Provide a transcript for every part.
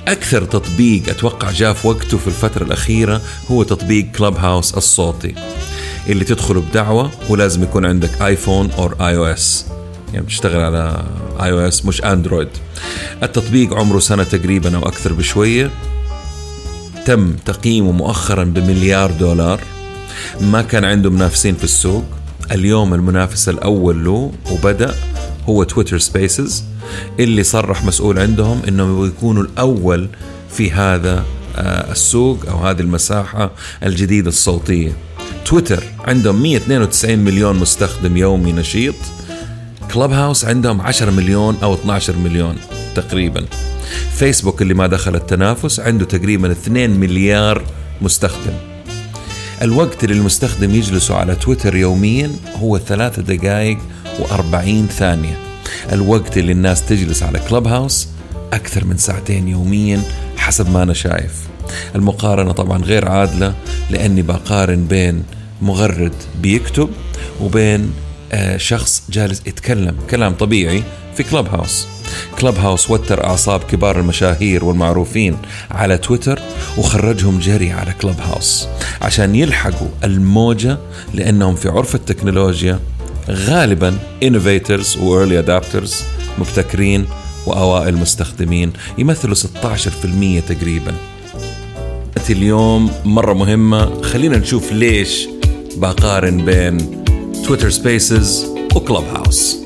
أكثر تطبيق أتوقع جاء في وقته في الفترة الأخيرة هو تطبيق كلاب هاوس الصوتي، اللي تدخله بدعوة ولازم يكون عندك آيفون أو iOS، يعني بتشتغل على iOS مش أندرويد. التطبيق عمره سنة تقريبا أو أكثر بشوية، تم تقييمه مؤخرا $1,000,000,000، ما كان عنده منافسين في السوق. اليوم المنافس الأول له وبدأ هو تويتر سبيسز، اللي صرح مسؤول عندهم إنه يكونوا الأول في هذا السوق أو هذه المساحة الجديدة الصوتية. تويتر عندهم 192 مليون مستخدم يومي نشيط، كلاب هاوس عندهم 10 مليون أو 12 مليون تقريبا. فيسبوك اللي ما دخل التنافس عنده تقريبا 2 مليار مستخدم. الوقت اللي المستخدم يجلسه على تويتر يوميا هو 3 دقائق و40 ثانية. الوقت اللي الناس تجلس على كلاب هاوس أكثر من 2 يوميا حسب ما أنا شايف. المقارنة طبعا غير عادلة، لأني بقارن بين مغرد بيكتب وبين شخص جالس يتكلم كلام طبيعي في كلاب هاوس. كلاب هاوس وتر أعصاب كبار المشاهير والمعروفين على تويتر وخرجهم جري على كلاب هاوس عشان يلحقوا الموجة، لأنهم في عرف التكنولوجيا غالبا innovators و early adapters، مبتكرين وأوائل مستخدمين، يمثلوا 16% تقريبا. اليوم مرة مهمة، خلينا نشوف ليش بقارن بين تويتر سبيسز وكلاب هاوس.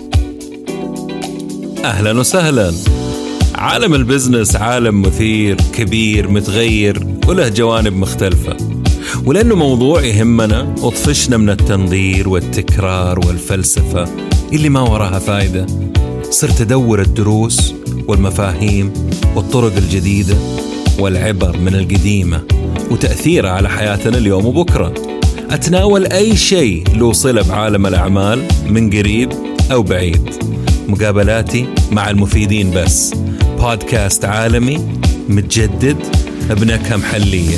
أهلا وسهلا. عالم البزنس عالم مثير كبير متغير وله جوانب مختلفة، ولأنه موضوع يهمنا وطفشنا من التنظير والتكرار والفلسفة اللي ما وراها فايدة، صرت أدور الدروس والمفاهيم والطرق الجديدة والعبر من القديمة وتأثيرها على حياتنا اليوم وبكرة. أتناول أي شيء له صلة بعالم الأعمال من قريب أو بعيد. مقابلاتي مع المفيدين بس. بودكاست عالمي متجدد بنكهة محلية،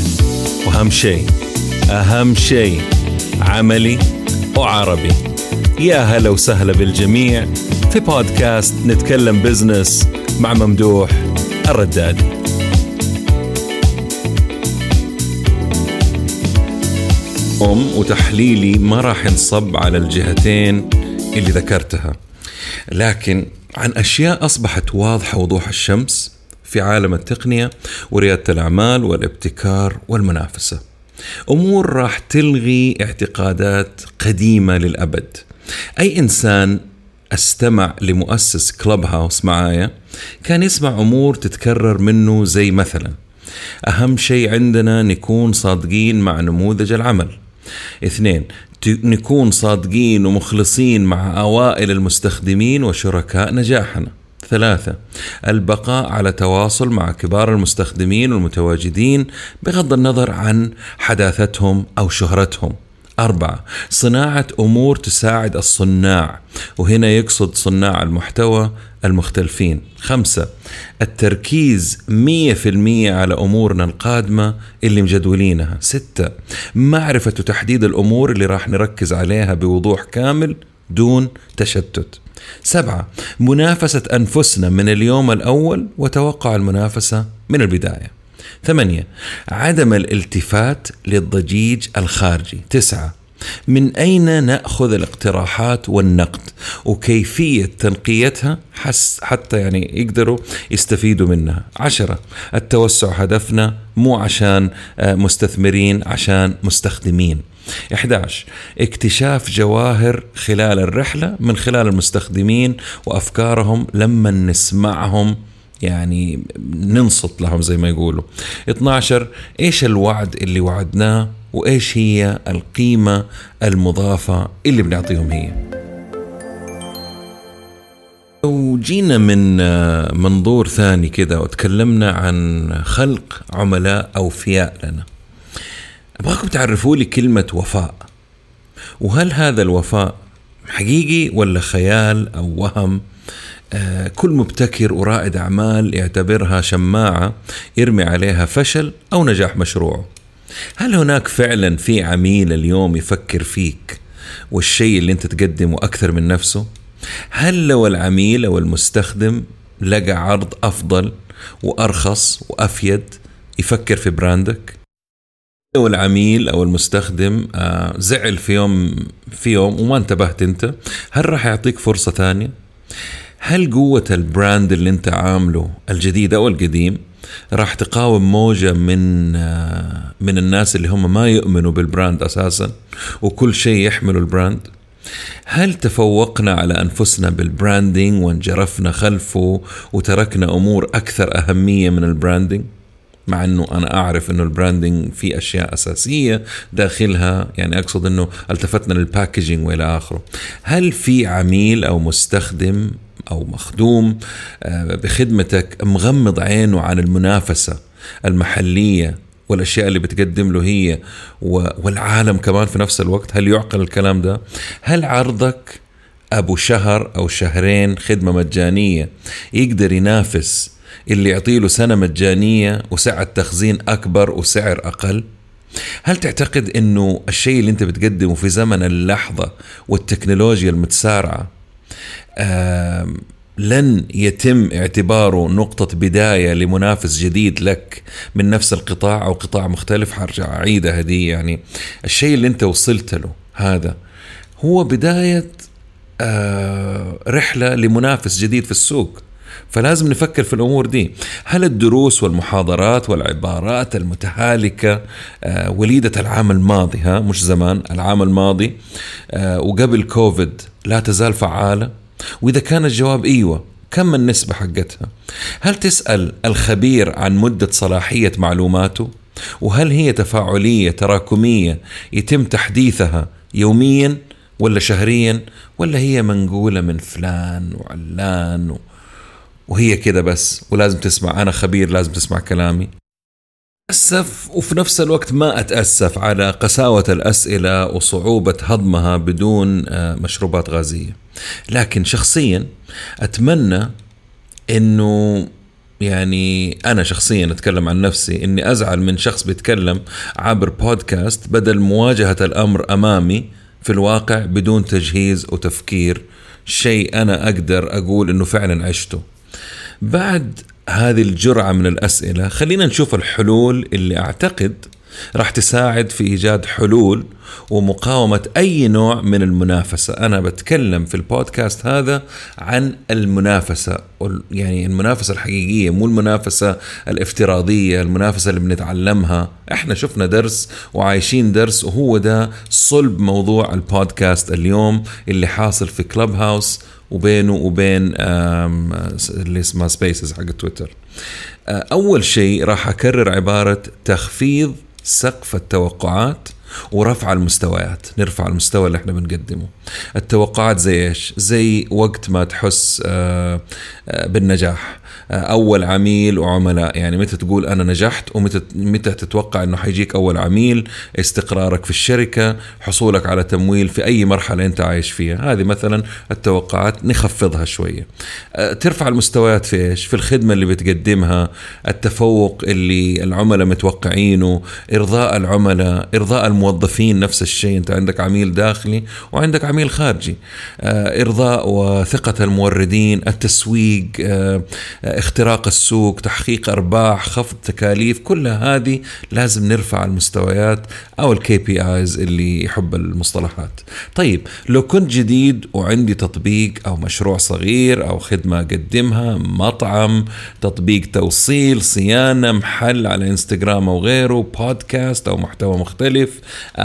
أهم شيء عملي وعربي. يا هلا وسهلا بالجميع في بودكاست نتكلم بزنس مع ممدوح الردادي. وتحليلي ما راح ينصب على الجهتين اللي ذكرتها، لكن عن أشياء أصبحت واضحة وضوح الشمس في عالم التقنية وريادة الأعمال والابتكار والمنافسة. أمور راح تلغي اعتقادات قديمة للأبد. أي إنسان استمع لمؤسس كلاب هاوس معايا كان يسمع أمور تتكرر منه، زي مثلا أهم شيء عندنا نكون صادقين مع نموذج العمل. 2 نكون صادقين ومخلصين مع أوائل المستخدمين وشركاء نجاحنا. 3 البقاء على تواصل مع كبار المستخدمين والمتواجدين بغض النظر عن حداثتهم أو شهرتهم. 4 صناعة أمور تساعد الصناع، وهنا يقصد صناع المحتوى المختلفين. 5 التركيز 100% على أمورنا القادمة اللي مجدولينها. 6 معرفة وتحديد الأمور اللي راح نركز عليها بوضوح كامل دون تشتت. 7 منافسة أنفسنا من اليوم الأول وتوقع المنافسة من البداية. 8 عدم الالتفات للضجيج الخارجي. 9 من أين نأخذ الاقتراحات والنقد وكيفية تنقيتها حتى يعني يقدروا يستفيدوا منها. 10 التوسع هدفنا مو عشان مستثمرين، عشان مستخدمين. 11 اكتشاف جواهر خلال الرحلة من خلال المستخدمين وأفكارهم لما نسمعهم، يعني ننصت لهم زي ما يقولوا. 12 إيش الوعد اللي وعدناه وإيش هي القيمة المضافة اللي بنعطيهم هي. وجينا من منظور ثاني كده وتكلمنا عن خلق عملاء أوفياء لنا. أبغاكم تعرفوا لي كلمة وفاء، وهل هذا الوفاء حقيقي ولا خيال أو وهم؟ كل مبتكر ورائد أعمال يعتبرها شماعة يرمي عليها فشل أو نجاح مشروعه. هل هناك فعلا في عميل اليوم يفكر فيك والشيء اللي انت تقدمه أكثر من نفسه؟ هل لو العميل أو المستخدم لقى عرض أفضل وأرخص وأفيد يفكر في براندك؟ لو العميل أو المستخدم زعل في يوم وما انتبهت أنت، هل راح يعطيك فرصة تانية؟ هل قوة البراند اللي انت عامله الجديد أو القديم راح تقاوم موجة من الناس اللي هم ما يؤمنوا بالبراند أساسا وكل شيء يحملوا البراند؟ هل تفوقنا على أنفسنا بالبراندينج وانجرفنا خلفه وتركنا أمور أكثر أهمية من البراندينج؟ مع أنه أنا أعرف أنه البراندينج فيه أشياء أساسية داخلها، يعني أقصد أنه التفتنا للباكيجينج وإلى آخره. هل في عميل أو مستخدم أو مخدوم بخدمتك مغمض عينه عن المنافسة المحلية والأشياء اللي بتقدم له هي والعالم كمان في نفس الوقت؟ هل يعقل الكلام ده؟ هل عرضك أبو شهر أو شهرين خدمة مجانية يقدر ينافس اللي يعطيله سنة مجانية وسعة تخزين أكبر وسعر أقل؟ هل تعتقد أنه الشيء اللي أنت بتقدمه في زمن اللحظة والتكنولوجيا المتسارعة لن يتم اعتباره نقطة بداية لمنافس جديد لك من نفس القطاع أو قطاع مختلف؟ حرجع عيدة هدي، يعني الشيء اللي أنت وصلت له هذا هو بداية رحلة لمنافس جديد في السوق. فلازم نفكر في الأمور دي. هل الدروس والمحاضرات والعبارات المتهالكة وليدة العام الماضي، مش زمان، العام الماضي وقبل كوفيد لا تزال فعالة؟ وإذا كان الجواب إيوه، كم النسبة حقتها؟ هل تسأل الخبير عن مدة صلاحية معلوماته؟ وهل هي تفاعلية تراكمية يتم تحديثها يوميا ولا شهريا، ولا هي منقولة من فلان وعلان وهي كده بس ولازم تسمع، أنا خبير لازم تسمع كلامي؟ أتأسف وفي نفس الوقت ما أتأسف على قساوة الأسئلة وصعوبة هضمها بدون مشروبات غازية، لكن شخصيا أتمنى أنه، يعني أنا شخصيا أتكلم عن نفسي، أني أزعل من شخص بيتكلم عبر بودكاست بدل مواجهة الأمر أمامي في الواقع بدون تجهيز وتفكير، شيء أنا أقدر أقول أنه فعلا عشته. بعد هذه الجرعة من الأسئلة خلينا نشوف الحلول اللي أعتقد راح تساعد في إيجاد حلول ومقاومة أي نوع من المنافسة. أنا بتكلم في البودكاست هذا عن المنافسة، يعني المنافسة الحقيقية، مو المنافسة الافتراضية، المنافسة اللي بنتعلمها. احنا شفنا درس وعايشين درس، وهو ده صلب موضوع البودكاست اليوم اللي حاصل في كلاب هاوس وبينه وبين اللي اسمها سبيسز حق تويتر. أول شيء راح أكرر عبارة تخفيض سقف التوقعات ورفع المستويات. نرفع المستوى اللي احنا بنقدمه. التوقعات زي ايش؟ زي وقت ما تحس بالنجاح، أول عميل وعملاء. يعني متى تقول أنا نجحت، ومتى تتوقع أنه حيجيك أول عميل، استقرارك في الشركة، حصولك على تمويل في أي مرحلة أنت عايش فيها. هذه مثلا التوقعات نخفضها شوية. ترفع المستويات في إيش؟ في الخدمة اللي بتقدمها، التفوق اللي العملاء متوقعينه، إرضاء العملاء، إرضاء الموظفين. نفس الشيء، أنت عندك عميل داخلي وعندك عميل خارجي. إرضاء وثقة الموردين، التسويق، اختراق السوق، تحقيق أرباح، خفض تكاليف. كل هذه لازم نرفع المستويات أو KPIs اللي يحب المصطلحات. طيب لو كنت جديد وعندي تطبيق أو مشروع صغير أو خدمة أقدمها، مطعم، تطبيق توصيل، صيانة، محل على إنستغرام أو غيره، بودكاست أو محتوى مختلف،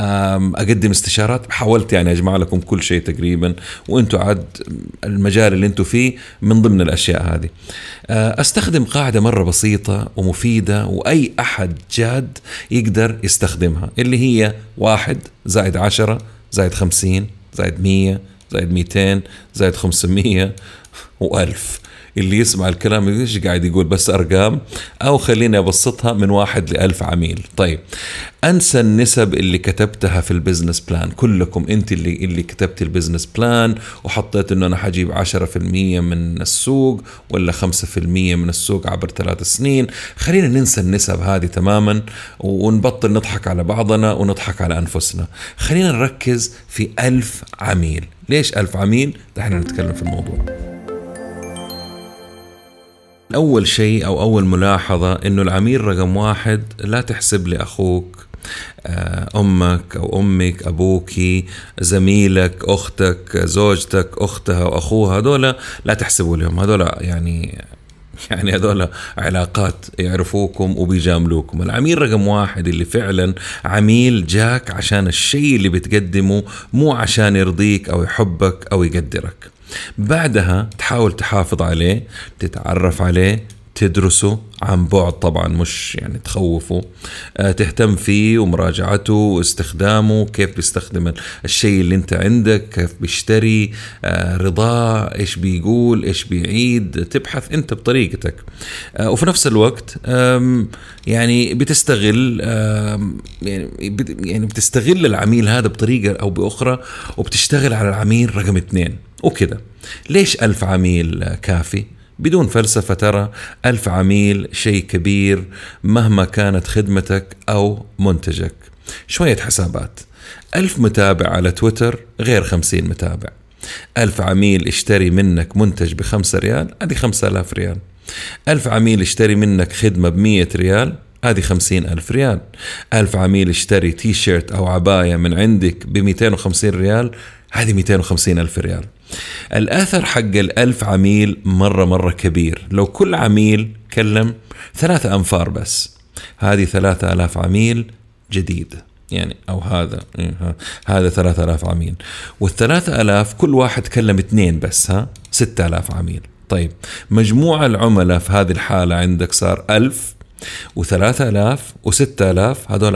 أقدم استشارات، حاولت يعني أجمع لكم كل شيء تقريبا، وأنتوا عاد المجال اللي أنتوا فيه من ضمن الأشياء هذه. أستخدم قاعدة مرة بسيطة ومفيدة وأي أحد جاد يقدر يستخدمها، اللي هي 1 زائد 10 زائد 50 زائد 100 زائد 200 زائد 500 و1000. اللي يسمع الكلام ايش قاعد يقول؟ بس أرقام. أو خليني أبسطها من 1 ل1000 عميل. طيب أنسى النسب اللي كتبتها في البزنس بلان. كلكم أنت اللي كتبت البزنس بلان وحطيت إنه أنا حجيب 10% من السوق ولا 5% من السوق عبر 3 سنين. خلينا ننسى النسب هذه تماما ونبطل نضحك على بعضنا ونضحك على أنفسنا. خلينا نركز في 1000 عميل. ليش 1000 عميل؟ ده احنا نتكلم في الموضوع. أول شيء أو أول ملاحظة إنه العميل رقم 1 لا تحسب لي أخوك، أمك أو أمك، أبوكي، زميلك، أختك، زوجتك، أختها وأخوها، هذولا لا تحسبوا لهم، هذولا يعني هذولا علاقات يعرفوكم وبيجاملوكم. العميل رقم 1 اللي فعلا عميل جاك عشان الشيء اللي بتقدمه، مو عشان يرضيك أو يحبك أو يقدرك. بعدها تحاول تحافظ عليه، تتعرف عليه، تدرسه عن بعد طبعا، مش يعني تخوفه، تهتم فيه ومراجعته واستخدامه، كيف بيستخدم الشيء اللي انت عندك، كيف بيشتري، رضاه، ايش بيقول، ايش بيعيد، تبحث انت بطريقتك. وفي نفس الوقت يعني بتستغل يعني بتستغل العميل هذا بطريقة او باخرى، وبتشتغل على العميل رقم 2 وكده. ليش 1000 عميل كافي؟ بدون فلسفة، ترى 1000 عميل شيء كبير مهما كانت خدمتك أو منتجك. شوية حسابات: 1000 متابع على تويتر غير 50 متابع. 1000 عميل اشتري منك منتج ب5 ريال، هذه 5000 ريال. 1000 عميل اشتري منك خدمة ب100 ريال، هذه 50,000 ريال. 1000 عميل اشتري تي شيرت أو عباية من عندك ب250 ريال، هذه 250,000 ريال. الأثر حق 1000 عميل مرة كبير. لو كل عميل كلم 3 أنفار بس، هذه 3000 عميل جديد يعني، أو هذا 3000 عميل، وال3000 كل واحد كلم 2 بس، 6000 عميل. طيب مجموع العملاء في هذه الحالة عندك صار 1000 و3000 و6000، هذول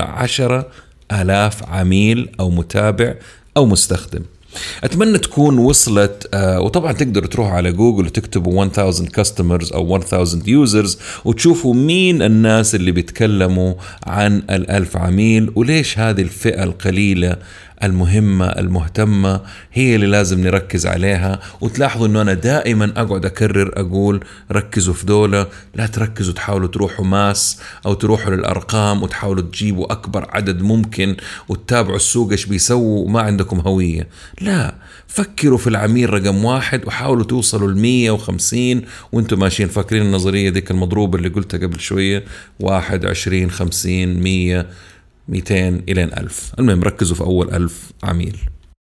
10,000 عميل أو متابع أو مستخدم. أتمنى تكون وصلت. وطبعا تقدروا تروحوا على جوجل وتكتبوا 1000 customers أو 1000 users وتشوفوا مين الناس اللي بيتكلموا عن 1000 عميل، وليش هذه الفئة القليلة المهمة المهتمة هي اللي لازم نركز عليها. وتلاحظوا أنه أنا دائما أقعد أكرر أقول ركزوا في دولة، لا تركزوا تحاولوا تروحوا ماس أو تروحوا للأرقام وتحاولوا تجيبوا أكبر عدد ممكن وتتابعوا السوق إيش بيسووا وما عندكم هوية. لا، فكروا في العميل رقم 1 وحاولوا توصلوا 150 وانتم ماشيين. فاكرين النظرية ديك المضروبة اللي قلتها قبل شوية؟ 1 20 50 100 200 إلى 1000. المهم ركزوا في أول 1000 عميل.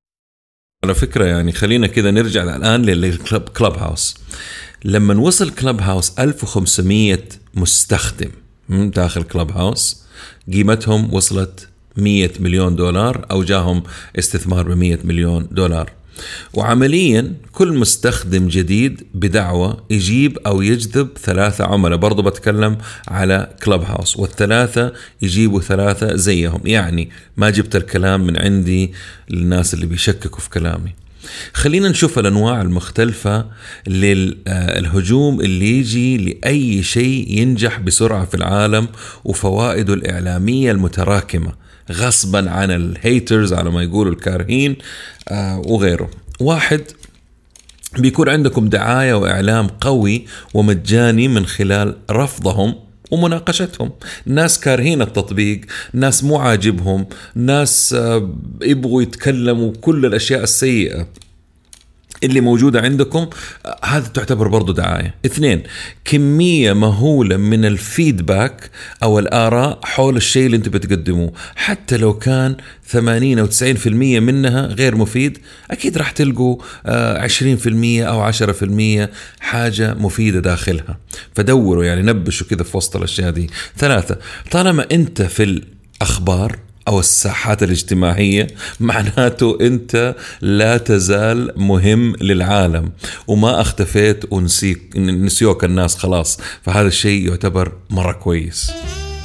على فكرة يعني خلينا كده نرجع الآن للكلاب هاوس. لما نوصل كلاب هاوس 1500 مستخدم داخل كلاب هاوس، قيمتهم وصلت $100 مليون أو جاهم استثمار ب$100 مليون. وعمليا كل مستخدم جديد بدعوة يجيب أو يجذب 3 عملاء. برضو بتكلم على كلاب هاوس، والثلاثة يجيبوا 3 زيهم. يعني ما جبت الكلام من عندي للناس اللي بيشككوا في كلامي. خلينا نشوف الأنواع المختلفة للهجوم اللي يجي لأي شيء ينجح بسرعة في العالم، وفوائده الإعلامية المتراكمة غصبا عن الهيترز على ما يقولوا الكارهين وغيره. 1، بيكون عندكم دعاية وإعلام قوي ومجاني من خلال رفضهم ومناقشتهم. ناس كارهين التطبيق، ناس مو عاجبهم، ناس يبغوا يتكلموا كل الأشياء السيئة اللي موجودة عندكم، هذا تعتبر برضو دعاية. 2، كمية مهولة من الفيدباك أو الآراء حول الشيء اللي انت بتقدموه، حتى لو كان 80 أو 90% منها غير مفيد، أكيد راح تلقوا 20% أو 10% حاجة مفيدة داخلها. فدوروا يعني نبشوا كذا في وسط الأشياء دي. 3، طالما انت في الأخبار أو الساحات الاجتماعية، معناته أنت لا تزال مهم للعالم وما اختفيت ونسيوك الناس خلاص. فهذا الشيء يعتبر مرة كويس.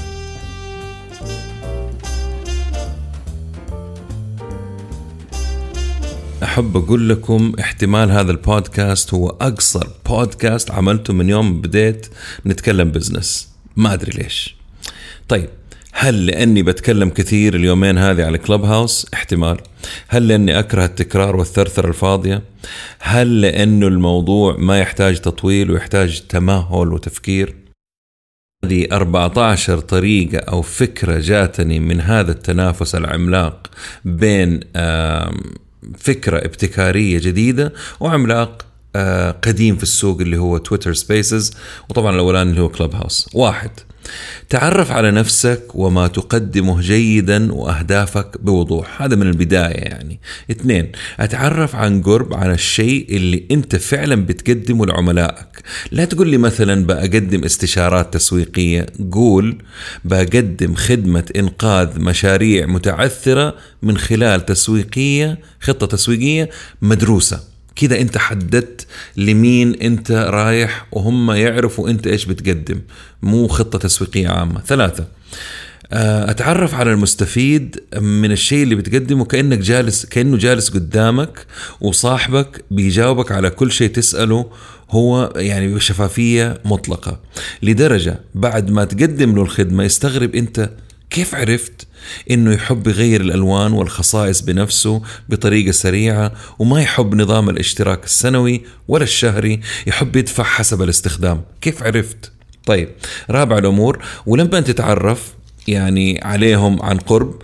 أحب أقول لكم احتمال هذا البودكاست هو أقصر بودكاست عملته من يوم بديت نتكلم بزنس. ما أدري ليش. طيب، هل لأني بتكلم كثير اليومين هذه على كلاب هاوس؟ احتمال. هل لأني أكره التكرار والثرثرة الفاضية؟ هل لأنه الموضوع ما يحتاج تطويل ويحتاج تمهل وتفكير؟ هذه 14 طريقة أو فكرة جاتني من هذا التنافس العملاق بين فكرة ابتكارية جديدة وعملاق قديم في السوق اللي هو تويتر سبيسز، وطبعا الأولاني اللي هو كلوب هاوس. 1. تعرف على نفسك وما تقدمه جيدا وأهدافك بوضوح، هذا من البداية يعني. 2. أتعرف عن قرب على الشيء اللي أنت فعلا بتقدمه لعملائك. لا تقول لي مثلا بقدم استشارات تسويقية، قول بقدم خدمة إنقاذ مشاريع متعثرة من خلال خطة تسويقية مدروسة. كده انت حددت لمين انت رايح وهم يعرفوا انت ايش بتقدم، مو خطة تسويقية عامة. 3. اتعرف على المستفيد من الشيء اللي بتقدمه كأنه جالس قدامك وصاحبك بيجاوبك على كل شيء تسأله، هو يعني بشفافية مطلقة، لدرجة بعد ما تقدم له الخدمة يستغرب انت كيف عرفت إنه يحب يغير الألوان والخصائص بنفسه بطريقة سريعة، وما يحب نظام الاشتراك السنوي ولا الشهري، يحب يدفع حسب الاستخدام. كيف عرفت؟ طيب، 4 الأمور، ولما تتعرف يعني عليهم عن قرب،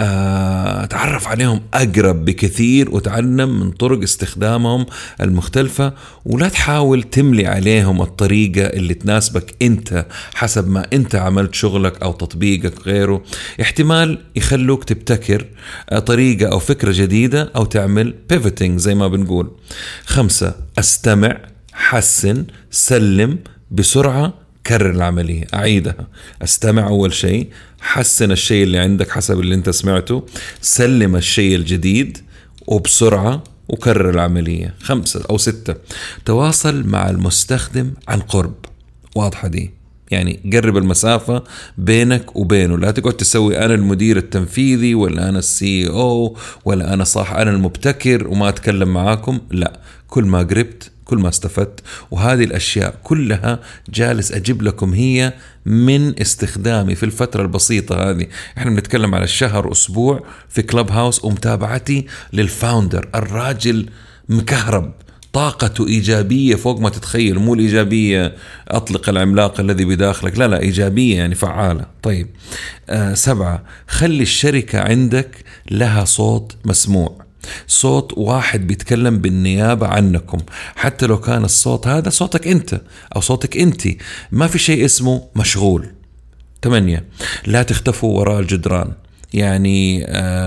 تعرف عليهم أقرب بكثير وتعلم من طرق استخدامهم المختلفة، ولا تحاول تملي عليهم الطريقة اللي تناسبك أنت حسب ما أنت عملت شغلك أو تطبيقك غيره. احتمال يخلوك تبتكر طريقة أو فكرة جديدة أو تعمل pivoting زي ما بنقول. 5. استمع، حسن، سلم بسرعة، كرر العملية. أعيدها: استمع أول شيء، حسن الشيء اللي عندك حسب اللي انت سمعته، سلم الشيء الجديد وبسرعة، وكرر العملية. 5 أو 6. تواصل مع المستخدم عن قرب. واضحة دي؟ يعني قرب المسافة بينك وبينه. لا تقعد تسوي أنا المدير التنفيذي ولا أنا CEO ولا أنا المبتكر وما أتكلم معاكم. لا، كل ما قربت كل ما استفدت. وهذه الأشياء كلها جالس أجيب لكم هي من استخدامي في الفترة البسيطة هذه. احنا بنتكلم على الشهر أسبوع في كلوب هاوس، ومتابعتي للفاوندر، الراجل مكهرب، طاقته إيجابية فوق ما تتخيل، مو الإيجابية أطلق العملاق الذي بداخلك، لا إيجابية يعني فعالة. طيب، 7. خلي الشركة عندك لها صوت مسموع، صوت واحد بيتكلم بالنيابة عنكم، حتى لو كان الصوت هذا صوتك أنت أو صوتك أنت، ما في شيء اسمه مشغول. 8. لا تختفوا وراء الجدران، يعني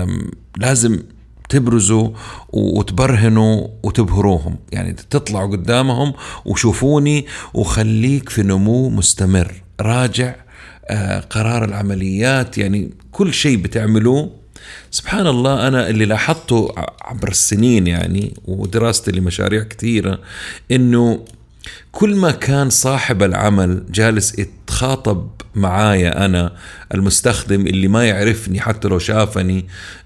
لازم تبرزوا وتبرهنوا وتبهروهم، يعني تطلعوا قدامهم وشوفوني، وخليك في نمو مستمر. راجع قرار العمليات، يعني كل شيء بتعملوه. سبحان الله، أنا اللي لاحظته عبر السنين يعني ودراستي لمشاريع كثيرة، إنه كل ما كان صاحب العمل جالس يتخاطب معايا أنا المستخدم اللي ما يعرفني حتى لو شافني،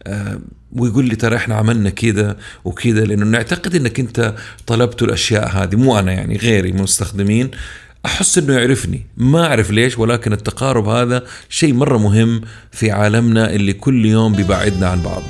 ويقول لي ترى احنا عملنا كده وكده، لأنه نعتقد إنك أنت طلبت الأشياء هذه، مو أنا يعني غيري من المستخدمين، أحس إنه يعرفني، ما أعرف ليش، ولكن التقارب هذا شيء مرة مهم في عالمنا اللي كل يوم بيبعدنا عن بعض.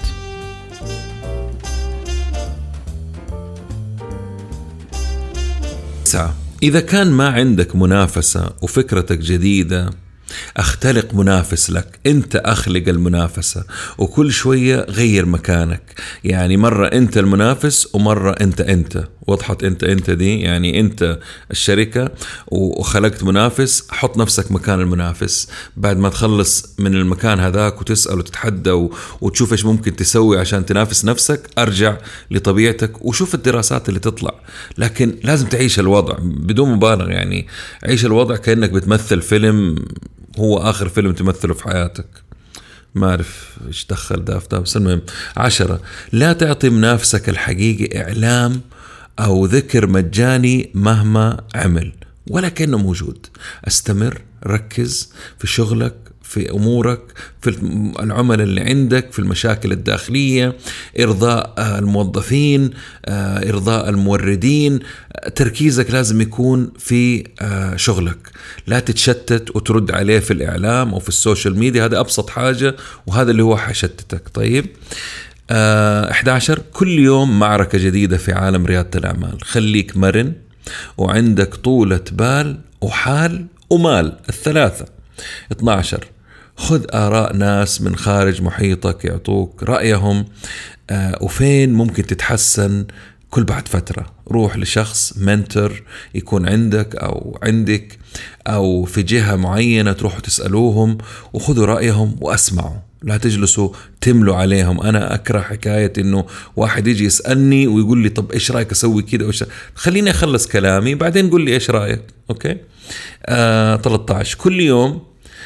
9. إذا كان ما عندك منافسة وفكرتك جديدة، اختلق منافس لك، انت اخلق المنافسة، وكل شوية غير مكانك، يعني مرة انت المنافس ومرة انت وضحت انت دي، يعني انت الشركة وخلقت منافس، حط نفسك مكان المنافس. بعد ما تخلص من المكان هذاك وتسأل وتتحدى وتشوف ايش ممكن تسوي عشان تنافس نفسك، ارجع لطبيعتك وشوف الدراسات اللي تطلع. لكن لازم تعيش الوضع بدون مبالغ، يعني عيش الوضع كأنك بتمثل فيلم هو آخر فيلم تمثله في حياتك. ما أعرف إيش دخل ده بس المهم. 10. لا تعطي منافسك الحقيقي إعلام أو ذكر مجاني مهما عمل ولا كأنه موجود. استمر، ركز في شغلك، في أمورك، في العملاء اللي عندك، في المشاكل الداخلية، إرضاء الموظفين، إرضاء الموردين. تركيزك لازم يكون في شغلك، لا تتشتت وترد عليه في الإعلام أو في السوشيال ميديا، هذا أبسط حاجة وهذا اللي هو حيشتتك. طيب، 11. كل يوم معركة جديدة في عالم ريادة الأعمال، خليك مرن وعندك طولة بال وحال ومال، 3. 12. خذ آراء ناس من خارج محيطك يعطوك رأيهم وفين ممكن تتحسن كل بعد فترة روح لشخص منتور يكون عندك أو عندك أو في جهة معينة، تروحوا تسألوهم وخذوا رأيهم وأسمعوا، لا تجلسوا تملوا عليهم. أنا أكره حكاية إنه واحد يجي يسألني ويقول لي طب إيش رأيك أسوي كده، خليني أخلص كلامي بعدين قل لي إيش رأيك. أوكي. 13 كل يوم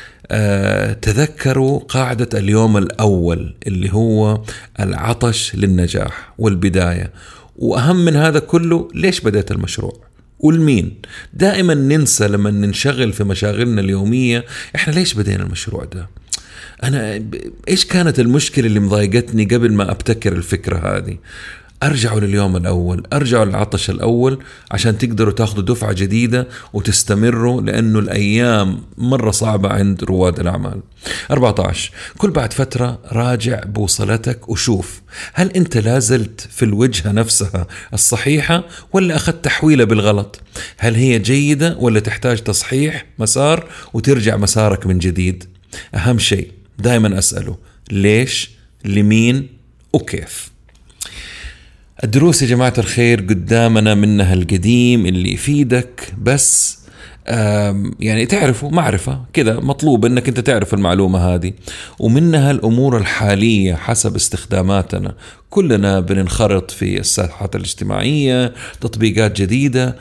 تذكروا قاعدة اليوم الأول اللي هو العطش للنجاح والبداية. وأهم من هذا كله، ليش بدأت المشروع والمين؟ دائما ننسى لما ننشغل في مشاغلنا اليومية إحنا ليش بدينا المشروع ده، أنا إيش كانت المشكلة اللي مضايقتني قبل ما أبتكر الفكرة هذه. أرجعوا لليوم الأول، أرجعوا للعطش الأول عشان تقدروا تاخدوا دفعة جديدة وتستمروا، لأنه الأيام مرة صعبة عند رواد الأعمال. 14 كل بعد فترة راجع بوصلتك وشوف هل أنت لازلت في الوجهة نفسها الصحيحة ولا أخذت تحويلة بالغلط، هل هي جيدة ولا تحتاج تصحيح مسار وترجع مسارك من جديد. أهم شيء دائما أسأله ليش، لمين، وكيف. الدروس يا جماعة الخير قدامنا، منها القديم اللي يفيدك بس يعني تعرفوا معرفة كده، مطلوب انك انت تعرف المعلومة هذه، ومنها الامور الحالية حسب استخداماتنا. كلنا بننخرط في الساحات الاجتماعية، تطبيقات جديدة،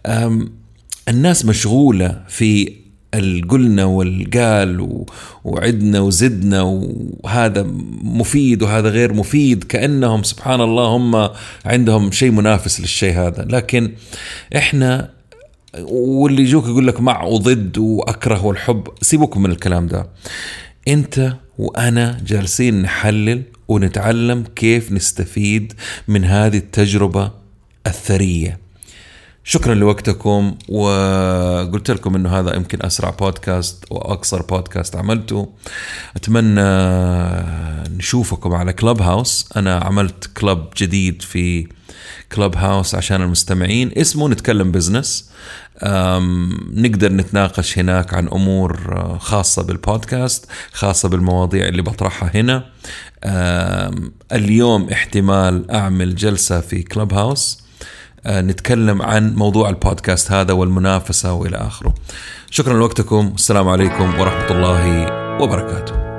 الناس مشغولة في القلنا والقال وعدنا وزدنا، وهذا مفيد وهذا غير مفيد، كأنهم سبحان الله هم عندهم شيء منافس للشيء هذا. لكن احنا واللي يجوك يقول لك مع وضد وأكره والحب، سيبوكم من الكلام ده. انت وأنا جالسين نحلل ونتعلم كيف نستفيد من هذه التجربة الثرية. شكرا لوقتكم، وقلت لكم انه هذا يمكن اسرع بودكاست واقصر بودكاست عملته. اتمنى نشوفكم على كلوب هاوس. انا عملت كلوب جديد في كلوب هاوس عشان المستمعين، اسمه نتكلم بزنس. نقدر نتناقش هناك عن امور خاصة بالبودكاست، خاصة بالمواضيع اللي بطرحها هنا. اليوم احتمال اعمل جلسة في كلوب هاوس نتكلم عن موضوع البودكاست هذا والمنافسة وإلى آخره. شكرا لوقتكم، السلام عليكم ورحمة الله وبركاته.